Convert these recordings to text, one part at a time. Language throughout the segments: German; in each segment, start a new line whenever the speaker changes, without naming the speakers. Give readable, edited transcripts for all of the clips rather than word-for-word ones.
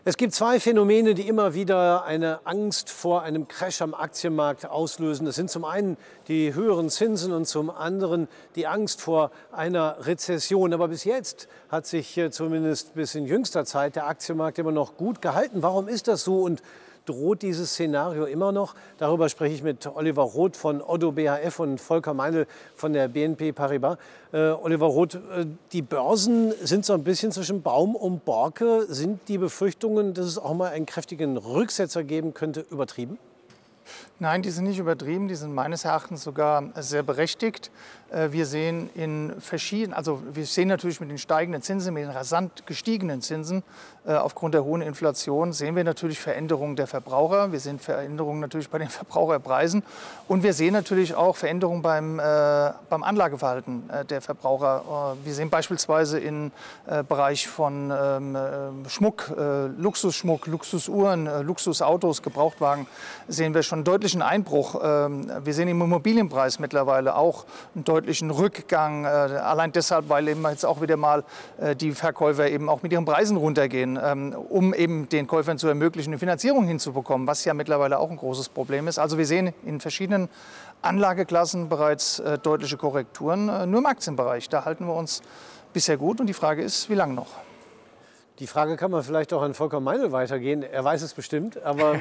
Es gibt zwei Phänomene, die immer wieder eine Angst vor einem Crash am Aktienmarkt auslösen. Das sind zum einen die höheren Zinsen und zum anderen die Angst vor einer Rezession. Aber bis jetzt hat sich zumindest bis in jüngster Zeit der Aktienmarkt immer noch gut gehalten. Warum ist das so und droht dieses Szenario immer noch? Darüber spreche ich mit Oliver Roth von Oddo BHF und Volker Meindl von der BNP Paribas. Oliver Roth, die Börsen sind so ein bisschen zwischen Baum und Borke. Sind die Befürchtungen, dass es auch mal einen kräftigen Rücksetzer geben könnte, übertrieben?
Nein, die sind nicht übertrieben, die sind meines Erachtens sogar sehr berechtigt. Wir sehen wir sehen natürlich mit den steigenden Zinsen, mit den rasant gestiegenen Zinsen aufgrund der hohen Inflation, sehen wir natürlich Veränderungen der Verbraucher. Wir sehen Veränderungen natürlich bei den Verbraucherpreisen und wir sehen natürlich auch Veränderungen beim Anlageverhalten der Verbraucher. Wir sehen beispielsweise im Bereich von Schmuck, Luxusschmuck, Luxusuhren, Luxusautos, Gebrauchtwagen, sehen wir schon einen deutlichen Einbruch. Wir sehen im Immobilienpreis mittlerweile auch einen deutlichen Rückgang. Allein deshalb, weil eben jetzt auch wieder mal die Verkäufer eben auch mit ihren Preisen runtergehen, um eben den Käufern zu ermöglichen, eine Finanzierung hinzubekommen, was ja mittlerweile auch ein großes Problem ist. Also wir sehen in verschiedenen Anlageklassen bereits deutliche Korrekturen. Nur im Aktienbereich, da halten wir uns bisher gut. Und die Frage ist, wie lange noch?
Die Frage kann man vielleicht auch an Volker Meindl weitergehen. Er weiß es bestimmt, aber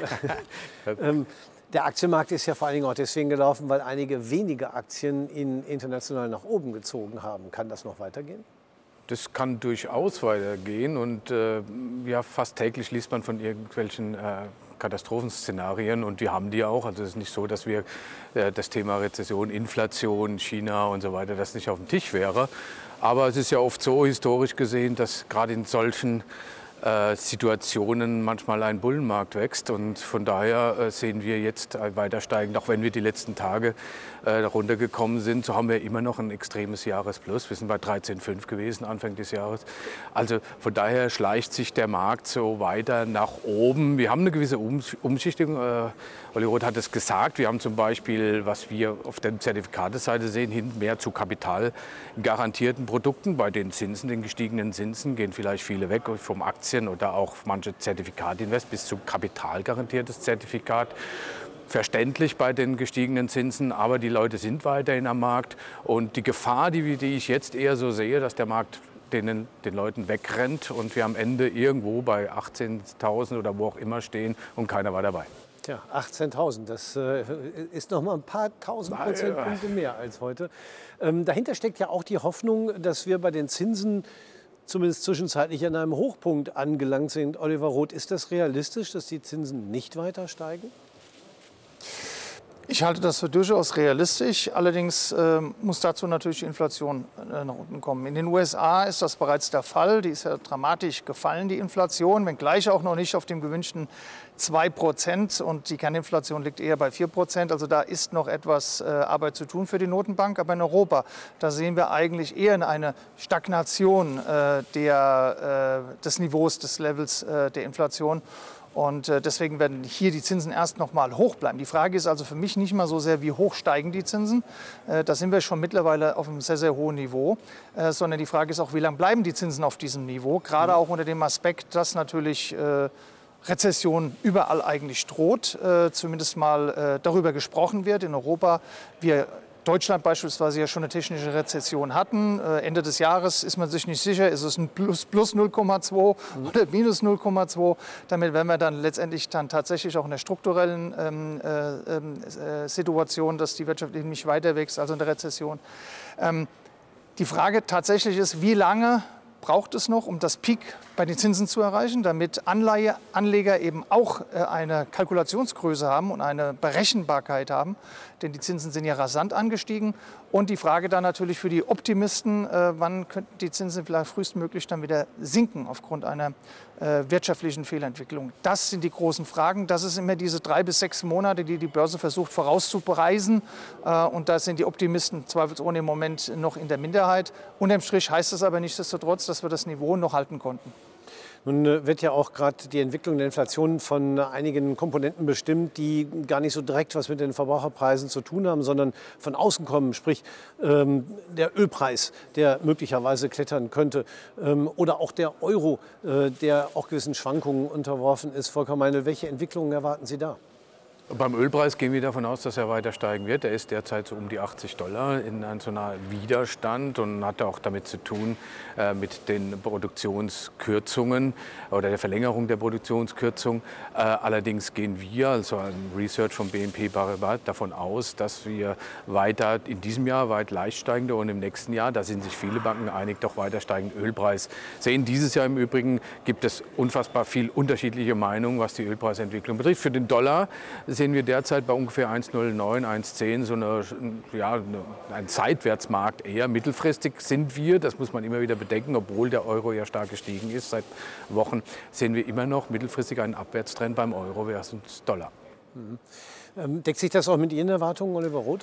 der Aktienmarkt ist ja vor allen Dingen auch deswegen gelaufen, weil einige wenige Aktien ihn international nach oben gezogen haben. Kann das noch weitergehen?
Das kann durchaus weitergehen und ja, fast täglich liest man von irgendwelchen Katastrophenszenarien und die haben die auch. Also es ist nicht so, dass wir das Thema Rezession, Inflation, China und so weiter, das nicht auf dem Tisch wäre. Aber es ist ja oft so historisch gesehen, dass gerade in solchen Situationen manchmal ein Bullenmarkt wächst und von daher sehen wir jetzt weiter steigend, auch wenn wir die letzten Tage runtergekommen sind, so haben wir immer noch ein extremes Jahresplus. Wir sind bei 13,5 gewesen Anfang des Jahres. Also von daher schleicht sich der Markt so weiter nach oben. Wir haben eine gewisse Umschichtung. Olli Roth hat es gesagt. Wir haben zum Beispiel, was wir auf der Zertifikateseite sehen, hin mehr zu kapitalgarantierten Produkten. Bei den Zinsen, den gestiegenen Zinsen, gehen vielleicht viele weg vom Aktien oder auch manche Zertifikatinvest bis zu kapitalgarantiertes Zertifikat. Verständlich bei den gestiegenen Zinsen, aber die Leute sind weiterhin am Markt. Und die Gefahr, die ich jetzt eher so sehe, dass der Markt den Leuten wegrennt und wir am Ende irgendwo bei 18.000 oder wo auch immer stehen und keiner war dabei.
Tja, 18.000, das ist noch mal ein paar tausend Prozentpunkte mehr als heute. Dahinter steckt ja auch die Hoffnung, dass wir bei den Zinsen zumindest zwischenzeitlich an einem Hochpunkt angelangt sind. Oliver Roth, ist das realistisch, dass die Zinsen nicht weiter steigen?
Ich halte das für durchaus realistisch. Allerdings muss dazu natürlich die Inflation nach unten kommen. In den USA ist das bereits der Fall. Die ist ja dramatisch gefallen, die Inflation, wenngleich auch noch nicht auf dem gewünschten 2%. Und die Kerninflation liegt eher bei 4%. Also da ist noch etwas Arbeit zu tun für die Notenbank. Aber in Europa, da sehen wir eigentlich eher eine Stagnation des Niveaus, des Levels der Inflation. Und deswegen werden hier die Zinsen erst noch mal hoch bleiben. Die Frage ist also für mich nicht mal so sehr, wie hoch steigen die Zinsen. Da sind wir schon mittlerweile auf einem sehr, sehr hohen Niveau. Sondern die Frage ist auch, wie lange bleiben die Zinsen auf diesem Niveau. Gerade auch unter dem Aspekt, dass natürlich Rezession überall eigentlich droht. Zumindest mal darüber gesprochen wird in Europa. Deutschland beispielsweise ja schon eine technische Rezession hatten. Ende des Jahres ist man sich nicht sicher, ist es ein plus 0,2 oder minus 0,2. Damit wären wir dann letztendlich tatsächlich auch in der strukturellen Situation, dass die Wirtschaft eben nicht weiter wächst, also in der Rezession. Die Frage tatsächlich ist, wie lange braucht es noch, um das Peak bei den Zinsen zu erreichen, damit Anleger eben auch eine Kalkulationsgröße haben und eine Berechenbarkeit haben. Denn die Zinsen sind ja rasant angestiegen. Und die Frage dann natürlich für die Optimisten, wann könnten die Zinsen vielleicht frühestmöglich dann wieder sinken aufgrund einer wirtschaftlichen Fehlentwicklung. Das sind die großen Fragen. Das ist immer diese 3 bis 6 Monate, die die Börse versucht vorauszupreisen. Und da sind die Optimisten zweifelsohne im Moment noch in der Minderheit. Unterm Strich heißt es aber nichtsdestotrotz, dass wir das Niveau noch halten konnten.
Nun wird ja auch gerade die Entwicklung der Inflation von einigen Komponenten bestimmt, die gar nicht so direkt was mit den Verbraucherpreisen zu tun haben, sondern von außen kommen. Sprich der Ölpreis, der möglicherweise klettern könnte, oder auch der Euro, der auch gewissen Schwankungen unterworfen ist. Volker Meinl, welche Entwicklungen erwarten Sie da?
Beim Ölpreis gehen wir davon aus, dass er weiter steigen wird. Er ist derzeit so um die $80 in internationalem Widerstand und hat auch damit zu tun mit den Produktionskürzungen oder der Verlängerung der Produktionskürzung. Allerdings gehen wir, also ein Research von BNP Paribas, davon aus, dass wir weiter in diesem Jahr weit leicht steigende und im nächsten Jahr, da sind sich viele Banken einig, doch weiter steigenden Ölpreis sehen. Dieses Jahr im Übrigen gibt es unfassbar viel unterschiedliche Meinungen, was die Ölpreisentwicklung betrifft. Für den Dollar sehen wir derzeit bei ungefähr 1,09, 1,10 so ein Seitwärtsmarkt eher. Mittelfristig sind wir, das muss man immer wieder bedenken, obwohl der Euro ja stark gestiegen ist seit Wochen, sehen wir immer noch mittelfristig einen Abwärtstrend beim Euro versus Dollar.
Deckt sich das auch mit Ihren Erwartungen, Oliver Roth?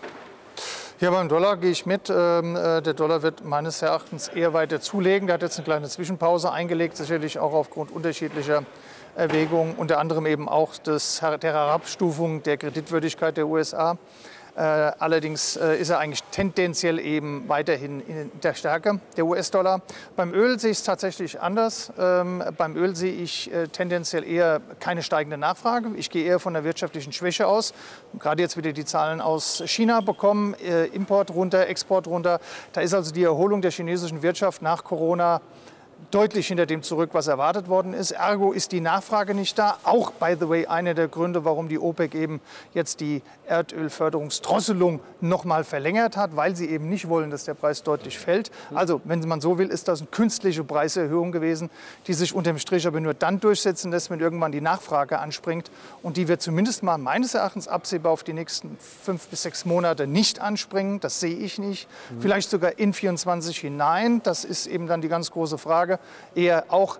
Ja, beim Dollar gehe ich mit. Der Dollar wird meines Erachtens eher weiter zulegen. Der hat jetzt eine kleine Zwischenpause eingelegt, sicherlich auch aufgrund unterschiedlicher Erwägungen, unter anderem eben auch der Herabstufung der Kreditwürdigkeit der USA. Allerdings ist er eigentlich tendenziell eben weiterhin in der Stärke, der US-Dollar. Beim Öl sehe ich es tatsächlich anders. Beim Öl sehe ich tendenziell eher keine steigende Nachfrage. Ich gehe eher von der wirtschaftlichen Schwäche aus. Gerade jetzt wieder die Zahlen aus China bekommen, Import runter, Export runter. Da ist also die Erholung der chinesischen Wirtschaft nach Corona deutlich hinter dem zurück, was erwartet worden ist. Ergo ist die Nachfrage nicht da. Auch, by the way, einer der Gründe, warum die OPEC eben jetzt die Erdölförderungsdrosselung noch mal verlängert hat, weil sie eben nicht wollen, dass der Preis deutlich fällt. Also, wenn man so will, ist das eine künstliche Preiserhöhung gewesen, die sich unterm Strich aber nur dann durchsetzen lässt, wenn irgendwann die Nachfrage anspringt. Und die wird zumindest mal meines Erachtens absehbar auf die nächsten 5 bis 6 Monate nicht anspringen. Das sehe ich nicht. Vielleicht sogar in 24 hinein. Das ist eben dann die ganz große Frage. Eher auch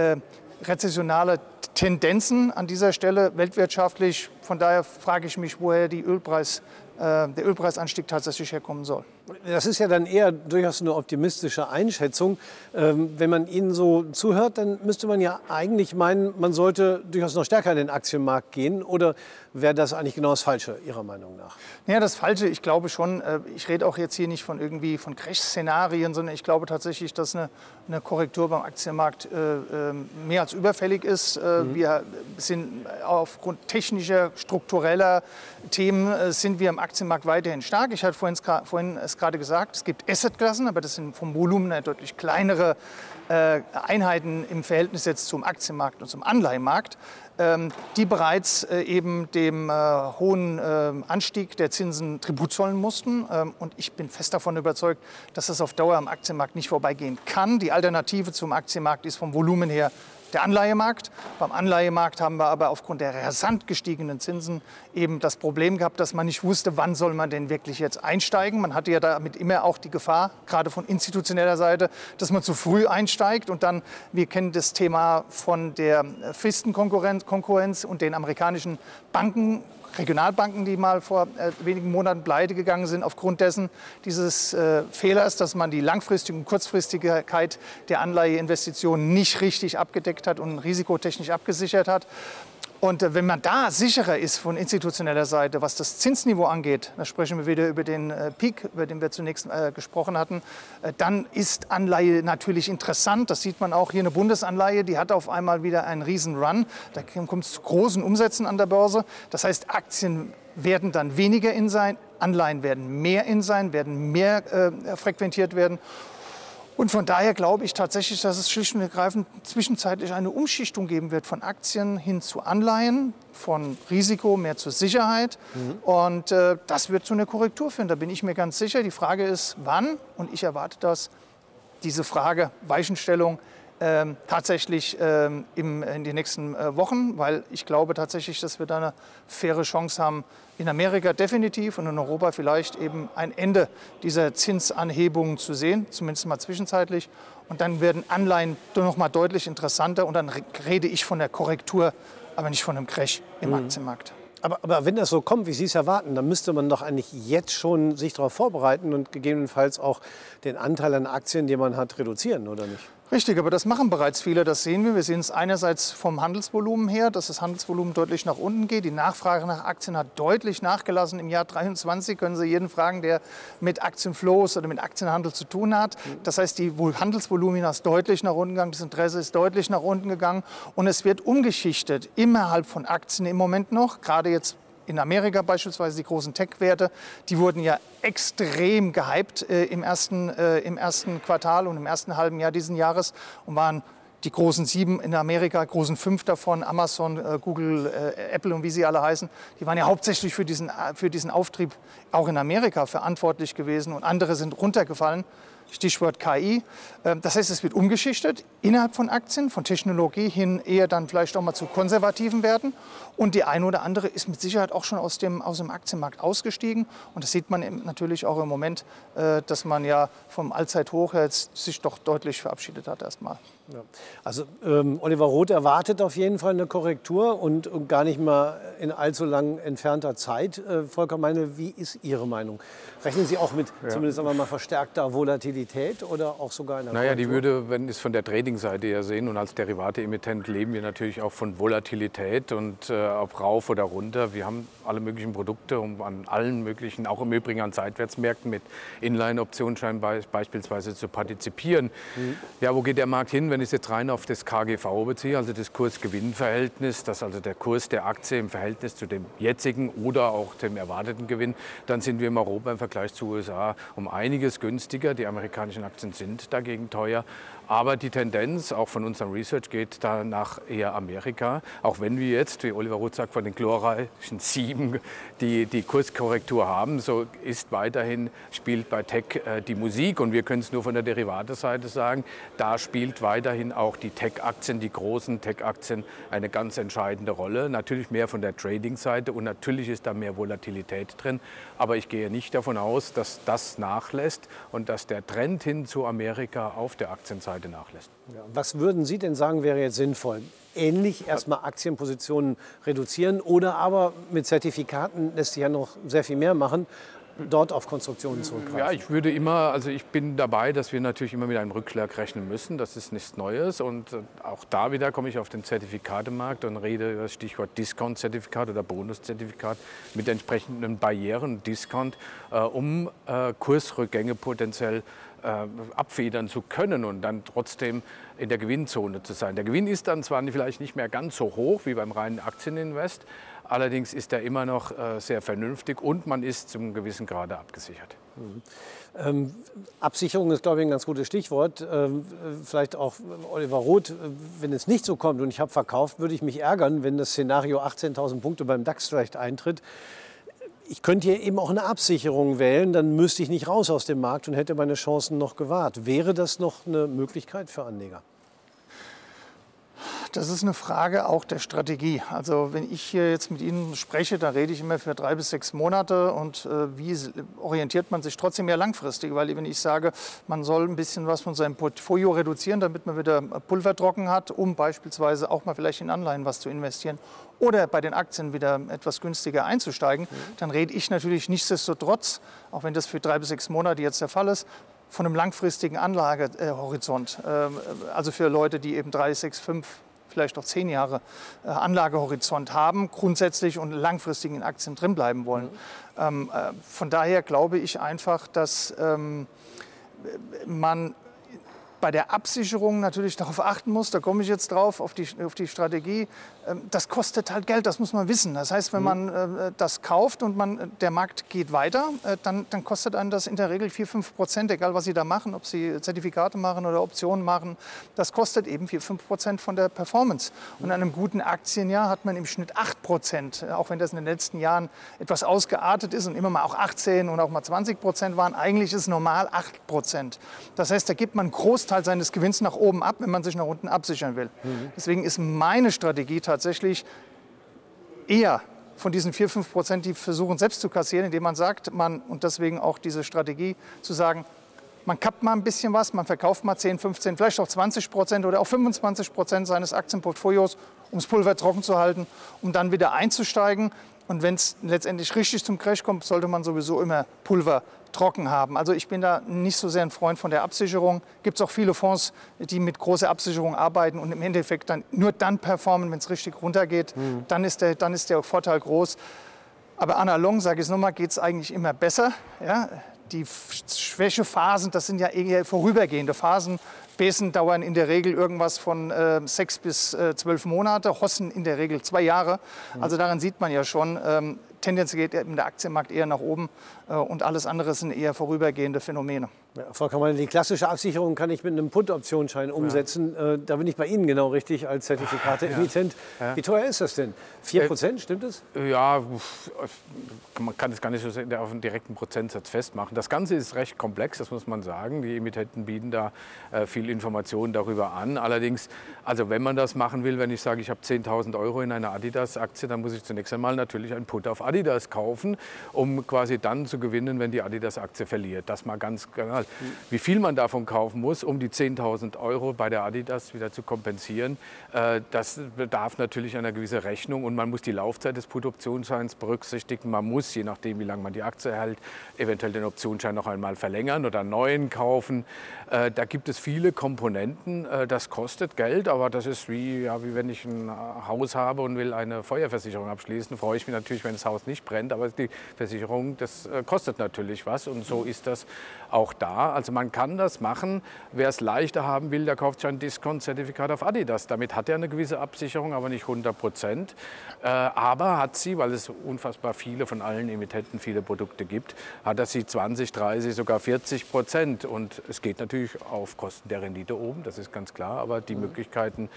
rezessionale Tendenzen an dieser Stelle weltwirtschaftlich. Von daher frage ich mich, woher der Ölpreisanstieg tatsächlich herkommen soll.
Das ist ja dann eher durchaus eine optimistische Einschätzung. Wenn man Ihnen so zuhört, dann müsste man ja eigentlich meinen, man sollte durchaus noch stärker in den Aktienmarkt gehen. Oder wäre das eigentlich genau das Falsche, Ihrer Meinung nach?
Ja, das Falsche, ich glaube schon, ich rede auch jetzt hier nicht von Crash-Szenarien, sondern ich glaube tatsächlich, dass eine Korrektur beim Aktienmarkt mehr als überfällig ist. Wir sind aufgrund technischer, struktureller Themen sind wir im Aktienmarkt weiterhin stark. Ich hatte vorhin es gerade gesagt, es gibt Assetklassen, aber das sind vom Volumen her deutlich kleinere Einheiten im Verhältnis jetzt zum Aktienmarkt und zum Anleihenmarkt, die bereits eben dem hohen Anstieg der Zinsen Tribut zollen mussten. Und ich bin fest davon überzeugt, dass das auf Dauer am Aktienmarkt nicht vorbeigehen kann. Die Alternative zum Aktienmarkt ist vom Volumen her der Anleihemarkt. Beim Anleihemarkt haben wir aber aufgrund der rasant gestiegenen Zinsen eben das Problem gehabt, dass man nicht wusste, wann soll man denn wirklich jetzt einsteigen. Man hatte ja damit immer auch die Gefahr, gerade von institutioneller Seite, dass man zu früh einsteigt und dann, wir kennen das Thema von der Fristenkonkurrenz und den amerikanischen Banken, Regionalbanken, die mal vor wenigen Monaten pleite gegangen sind, aufgrund dieses Fehlers, dass man die Langfristigkeit und Kurzfristigkeit der Anleiheinvestitionen nicht richtig abgedeckt hat und risikotechnisch abgesichert hat. Und wenn man da sicherer ist von institutioneller Seite, was das Zinsniveau angeht, da sprechen wir wieder über den Peak, über den wir zunächst gesprochen hatten, dann ist Anleihe natürlich interessant. Das sieht man auch hier, eine Bundesanleihe, die hat auf einmal wieder einen riesen Run. Da kommt es zu großen Umsätzen an der Börse. Das heißt, Aktien werden dann weniger in sein, Anleihen werden mehr in sein, werden mehr frequentiert werden. Und von daher glaube ich tatsächlich, dass es schlicht und ergreifend zwischenzeitlich eine Umschichtung geben wird von Aktien hin zu Anleihen, von Risiko mehr zur Sicherheit. Und das wird zu einer Korrektur führen, da bin ich mir ganz sicher. Die Frage ist, wann? Und ich erwarte, dass diese Frage, Weichenstellung, tatsächlich in den nächsten Wochen, weil ich glaube tatsächlich, dass wir da eine faire Chance haben, in Amerika definitiv und in Europa vielleicht eben ein Ende dieser Zinsanhebungen zu sehen, zumindest mal zwischenzeitlich. Und dann werden Anleihen noch mal deutlich interessanter und dann rede ich von der Korrektur, aber nicht von einem Crash im Aktienmarkt.
Aber wenn das so kommt, wie Sie es erwarten, dann müsste man doch eigentlich jetzt schon sich darauf vorbereiten und gegebenenfalls auch den Anteil an Aktien, den man hat, reduzieren, oder nicht?
Richtig, aber das machen bereits viele, das sehen wir. Wir sehen es einerseits vom Handelsvolumen her, dass das Handelsvolumen deutlich nach unten geht. Die Nachfrage nach Aktien hat deutlich nachgelassen. Im Jahr 2023 können Sie jeden fragen, der mit Aktienflows oder mit Aktienhandel zu tun hat. Das heißt, die Handelsvolumina ist deutlich nach unten gegangen, das Interesse ist deutlich nach unten gegangen und es wird umgeschichtet innerhalb von Aktien im Moment noch, gerade jetzt in Amerika beispielsweise die großen Tech-Werte, die wurden ja extrem gehypt im ersten Quartal und im ersten halben Jahr diesen Jahres und waren die großen 7 in Amerika, großen 5 davon, Amazon, Google, Apple und wie sie alle heißen, die waren ja hauptsächlich für diesen Auftrieb auch in Amerika verantwortlich gewesen und andere sind runtergefallen. Stichwort KI. Das heißt, es wird umgeschichtet innerhalb von Aktien, von Technologie hin eher dann vielleicht auch mal zu konservativen Werten. Und die eine oder andere ist mit Sicherheit auch schon aus dem Aktienmarkt ausgestiegen. Und das sieht man natürlich auch im Moment, dass man ja vom Allzeithoch jetzt sich doch deutlich verabschiedet hat erstmal.
Ja. Also Oliver Roth erwartet auf jeden Fall eine Korrektur und gar nicht mal in allzu lang entfernter Zeit. Volker Meine, wie ist Ihre Meinung? Rechnen Sie auch mit zumindest einmal mal verstärkter Volatilität oder auch sogar einer
Naja,
Korrektur?
die würde, wenn es von der Trading-Seite her sehen und als Derivate-Emittent leben wir natürlich auch von Volatilität und ob rauf oder runter. Wir haben alle möglichen Produkte um an allen möglichen, auch im Übrigen an Seitwärtsmärkten mit Inline-Optionsscheinen beispielsweise zu partizipieren. Ja, wo geht der Markt hin, wenn ich es jetzt rein auf das KGV beziehe, also das Kurs-Gewinn-Verhältnis, dass also der Kurs der Aktie im Verhältnis zu dem jetzigen oder auch dem erwarteten Gewinn, dann sind wir in Europa im Vergleich zu USA um einiges günstiger. Die amerikanischen Aktien sind dagegen teuer. Aber die Tendenz, auch von unserem Research, geht da nach eher Amerika. Auch wenn wir jetzt, wie Oliver Roth sagt, von den glorreichen 7 die Kurskorrektur haben, so ist weiterhin, spielt bei Tech die Musik. Und wir können es nur von der Derivateseite sagen, da spielt weiterhin auch die Tech-Aktien, die großen Tech-Aktien eine ganz entscheidende Rolle. Natürlich mehr von der Trading-Seite und natürlich ist da mehr Volatilität drin. Aber ich gehe nicht davon aus, dass das nachlässt und dass der Trend hin zu Amerika auf der Aktienseite nachlässt.
Ja, was würden Sie denn sagen, wäre jetzt sinnvoll? Ähnlich erstmal Aktienpositionen reduzieren oder aber mit Zertifikaten lässt sich ja noch sehr viel mehr machen, dort auf Konstruktionen zurückgreifen?
Ja, ich würde immer, also ich bin dabei, dass wir natürlich immer mit einem Rückschlag rechnen müssen. Das ist nichts Neues und auch da wieder komme ich auf den Zertifikatemarkt und rede über das Stichwort Discount-Zertifikat oder Bonuszertifikat mit entsprechenden Barrieren, Discount, um Kursrückgänge potenziell abfedern zu können und dann trotzdem in der Gewinnzone zu sein. Der Gewinn ist dann zwar vielleicht nicht mehr ganz so hoch wie beim reinen Aktieninvest, allerdings ist er immer noch sehr vernünftig und man ist zum gewissen Grade abgesichert.
Absicherung ist, glaube ich, ein ganz gutes Stichwort. Vielleicht auch Oliver Roth, wenn es nicht so kommt und ich habe verkauft, würde ich mich ärgern, wenn das Szenario 18.000 Punkte beim DAX vielleicht eintritt. Ich könnte hier eben auch eine Absicherung wählen, dann müsste ich nicht raus aus dem Markt und hätte meine Chancen noch gewahrt. Wäre das noch eine Möglichkeit für Anleger?
Das ist eine Frage auch der Strategie. Also wenn ich hier jetzt mit Ihnen spreche, da rede ich immer für 3 bis 6 Monate und wie orientiert man sich trotzdem mehr langfristig? Weil wenn ich sage, man soll ein bisschen was von seinem Portfolio reduzieren, damit man wieder Pulver trocken hat, um beispielsweise auch mal vielleicht in Anleihen was zu investieren oder bei den Aktien wieder etwas günstiger einzusteigen, dann rede ich natürlich nichtsdestotrotz, auch wenn das für 3 bis 6 Monate jetzt der Fall ist, von einem langfristigen Anlagehorizont. Also für Leute, die eben 3, 6, 5, vielleicht auch 10 Jahre Anlagehorizont haben, grundsätzlich und langfristig in Aktien drin bleiben wollen. Von daher glaube ich einfach, dass man bei der Absicherung natürlich darauf achten muss, da komme ich jetzt drauf, auf die Strategie, das kostet halt Geld, das muss man wissen. Das heißt, wenn man das kauft und der Markt geht weiter, dann kostet einen das in der Regel 4-5%, egal was Sie da machen, ob Sie Zertifikate machen oder Optionen machen, das kostet eben 4-5% von der Performance. Und an einem guten Aktienjahr hat man im Schnitt 8%, auch wenn das in den letzten Jahren etwas ausgeartet ist und immer mal auch 18 und auch mal 20% waren, eigentlich ist normal 8%. Das heißt, da gibt man einen Großteil seines Gewinns nach oben ab, wenn man sich nach unten absichern will. Deswegen ist meine Strategie tatsächlich eher von diesen 4-5%, die versuchen selbst zu kassieren, indem man sagt, und deswegen auch diese Strategie zu sagen, man kappt mal ein bisschen was, man verkauft mal 10, 15, vielleicht auch 20% oder auch 25% seines Aktienportfolios, um das Pulver trocken zu halten, um dann wieder einzusteigen. Und wenn es letztendlich richtig zum Crash kommt, sollte man sowieso immer Pulver trocken haben. Also ich bin da nicht so sehr ein Freund von der Absicherung. Gibt es auch viele Fonds, die mit großer Absicherung arbeiten und im Endeffekt dann nur dann performen, wenn es richtig runtergeht. Dann ist der Vorteil groß. Aber analog, sage ich es nochmal, geht es eigentlich immer besser. Ja? Die Schwächephasen, das sind ja eher vorübergehende Phasen. Besen dauern in der Regel irgendwas von 6 bis 12 Monate, Hossen in der Regel 2 Jahre. Also daran sieht man ja schon, tendenziell geht eben der Aktienmarkt eher nach oben und alles andere sind eher vorübergehende Phänomene.
Ja, Frau Kammermann, die klassische Absicherung kann ich mit einem Put-Optionsschein umsetzen. Da bin ich bei Ihnen genau richtig als Zertifikate-Emittent.
Ja.
Wie teuer ist das denn? 4%, stimmt das?
Ja, man kann es gar nicht so sehr auf einen direkten Prozentsatz festmachen. Das Ganze ist recht komplex, das muss man sagen. Die Emittenten bieten da viel Informationen darüber an. Allerdings, also wenn man das machen will, wenn ich sage, ich habe 10.000 € in einer Adidas-Aktie, dann muss ich zunächst einmal natürlich einen Put auf Adidas kaufen, um quasi dann zu gewinnen, wenn die Adidas-Aktie verliert. Das mal ganz genau. Wie viel man davon kaufen muss, um die 10.000 € bei der Adidas wieder zu kompensieren, das bedarf natürlich einer gewissen Rechnung und man muss die Laufzeit des Put-Optionsscheins berücksichtigen. Man muss, je nachdem, wie lange man die Aktie hält, eventuell den Optionsschein noch einmal verlängern oder einen neuen kaufen. Da gibt es viele Komponenten. Das kostet Geld, aber das ist wie wenn ich ein Haus habe und will eine Feuerversicherung abschließen. Freue ich mich natürlich, wenn das Haus nicht brennt, aber die Versicherung, das kostet natürlich was und so ist das auch da. Also man kann das machen. Wer es leichter haben will, der kauft sich ein Discount-Zertifikat auf Adidas. Damit hat er eine gewisse Absicherung, aber nicht 100%. Aber hat sie, weil es unfassbar viele von allen Emittenten viele Produkte gibt, hat er sie 20, 30, sogar 40%. Und es geht natürlich auf Kosten der Rendite oben, das ist ganz klar. Aber die Möglichkeiten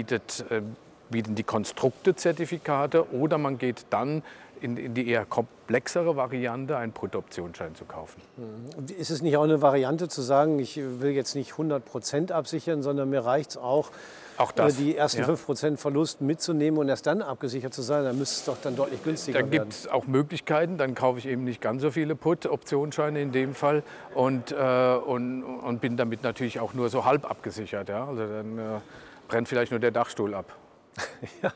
bieten die Konstrukte-Zertifikate oder man geht dann in die eher komplexere Variante, einen Put-Optionsschein zu kaufen.
Ist es nicht auch eine Variante zu sagen, ich will jetzt nicht 100% absichern, sondern mir reicht es auch die ersten 5% Verlust mitzunehmen und erst dann abgesichert zu sein? Dann müsste es doch dann deutlich günstiger werden.
Da gibt es auch Möglichkeiten. Dann kaufe ich eben nicht ganz so viele Put-Optionsscheine in dem Fall und bin damit natürlich auch nur so halb abgesichert. Ja? Also dann brennt vielleicht nur der Dachstuhl ab.
Ja,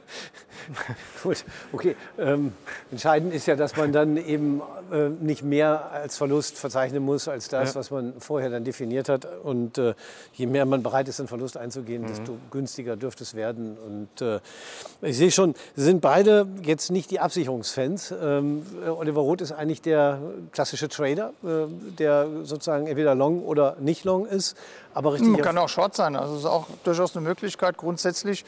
gut, okay. Entscheidend ist ja, dass man dann eben nicht mehr als Verlust verzeichnen muss, als das, was man vorher dann definiert hat. Und je mehr man bereit ist, einen Verlust einzugehen, desto günstiger dürfte es werden. Und ich sehe schon, Sie sind beide jetzt nicht die Absicherungsfans. Oliver Roth ist eigentlich der klassische Trader, der sozusagen entweder long oder nicht long ist. Aber richtig,
man kann auch Short sein, also das ist auch durchaus eine Möglichkeit grundsätzlich.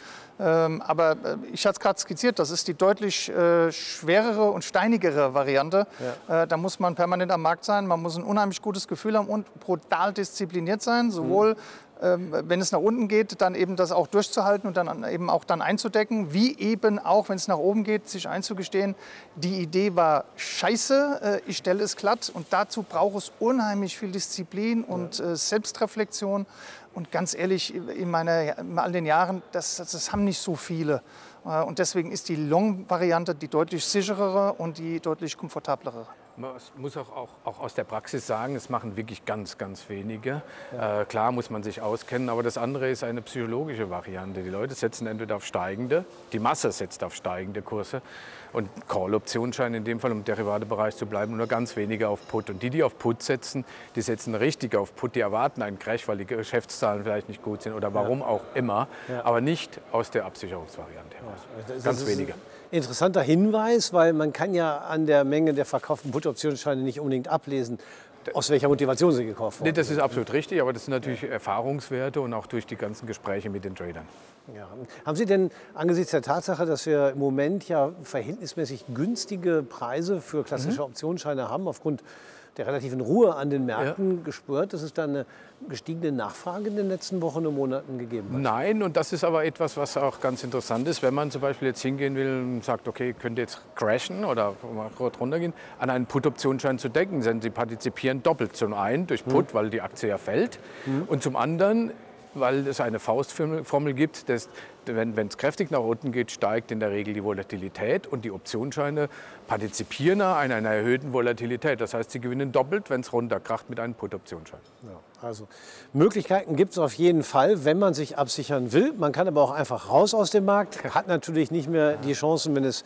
Aber ich hatte es gerade skizziert, das ist die deutlich schwerere und steinigere Variante. Ja. Da muss man permanent am Markt sein, man muss ein unheimlich gutes Gefühl haben und brutal diszipliniert sein, sowohl wenn es nach unten geht, dann eben das auch durchzuhalten und dann eben auch dann einzudecken, wie eben auch, wenn es nach oben geht, sich einzugestehen, die Idee war scheiße, ich stelle es glatt und dazu braucht es unheimlich viel Disziplin und Selbstreflexion und ganz ehrlich, in all den Jahren, das haben nicht so viele und deswegen ist die Long-Variante die deutlich sicherere und die deutlich komfortablere.
Man muss auch aus der Praxis sagen, es machen wirklich ganz, ganz wenige. Ja. Klar muss man sich auskennen, aber das andere ist eine psychologische Variante. Die Leute setzen entweder auf steigende, die Masse setzt auf steigende Kurse und Call-Optionsscheine in dem Fall, um im Derivatebereich zu bleiben, nur ganz wenige auf Put. Und die auf Put setzen, die setzen richtig auf Put, die erwarten einen Crash, weil die Geschäftszahlen vielleicht nicht gut sind oder warum auch immer, aber nicht aus der Absicherungsvariante heraus. Ganz wenige.
Interessanter Hinweis, weil man kann ja an der Menge der verkauften Put-Optionsscheine nicht unbedingt ablesen, aus welcher Motivation sie gekauft wurden.
Nee, das ist absolut richtig, aber das sind natürlich Erfahrungswerte und auch durch die ganzen Gespräche mit den Tradern.
Ja. Haben Sie denn angesichts der Tatsache, dass wir im Moment ja verhältnismäßig günstige Preise für klassische Optionsscheine haben, aufgrund der relativen Ruhe an den Märkten gespürt, dass es da eine gestiegene Nachfrage in den letzten Wochen und Monaten gegeben hat?
Nein, und das ist aber etwas, was auch ganz interessant ist, wenn man zum Beispiel jetzt hingehen will und sagt, okay, könnt ihr jetzt crashen oder mal runtergehen, an einen Put-Optionsschein zu decken, denn sie partizipieren doppelt. Zum einen durch Put, weil die Aktie ja fällt, und zum anderen, weil es eine Faustformel gibt, dass, wenn es kräftig nach unten geht, steigt in der Regel die Volatilität und die Optionsscheine partizipieren an einer erhöhten Volatilität. Das heißt, sie gewinnen doppelt, wenn es runterkracht mit einem Put-Optionsschein.
Ja, also Möglichkeiten gibt es auf jeden Fall, wenn man sich absichern will. Man kann aber auch einfach raus aus dem Markt, hat natürlich nicht mehr die Chancen, wenn es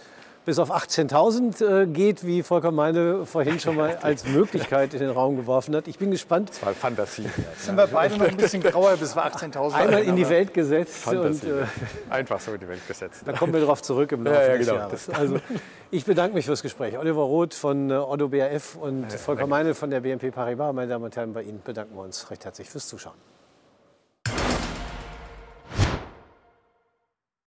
bis auf 18.000 geht, wie Volker Meine vorhin schon mal als Möglichkeit in den Raum geworfen hat. Ich bin gespannt.
Das war Fantasie.
Jetzt sind wir beide noch ein bisschen grauer, bis wir 18.000
Einmal in die Welt gesetzt. Und,
einfach so in die Welt gesetzt.
Da kommen wir darauf zurück im Laufe des
genau.
Jahres. Also, ich bedanke mich fürs Gespräch. Oliver Roth von Oddo BHF und Volker Meine von der BNP Paribas. Meine Damen und Herren, bei Ihnen bedanken wir uns recht herzlich fürs Zuschauen.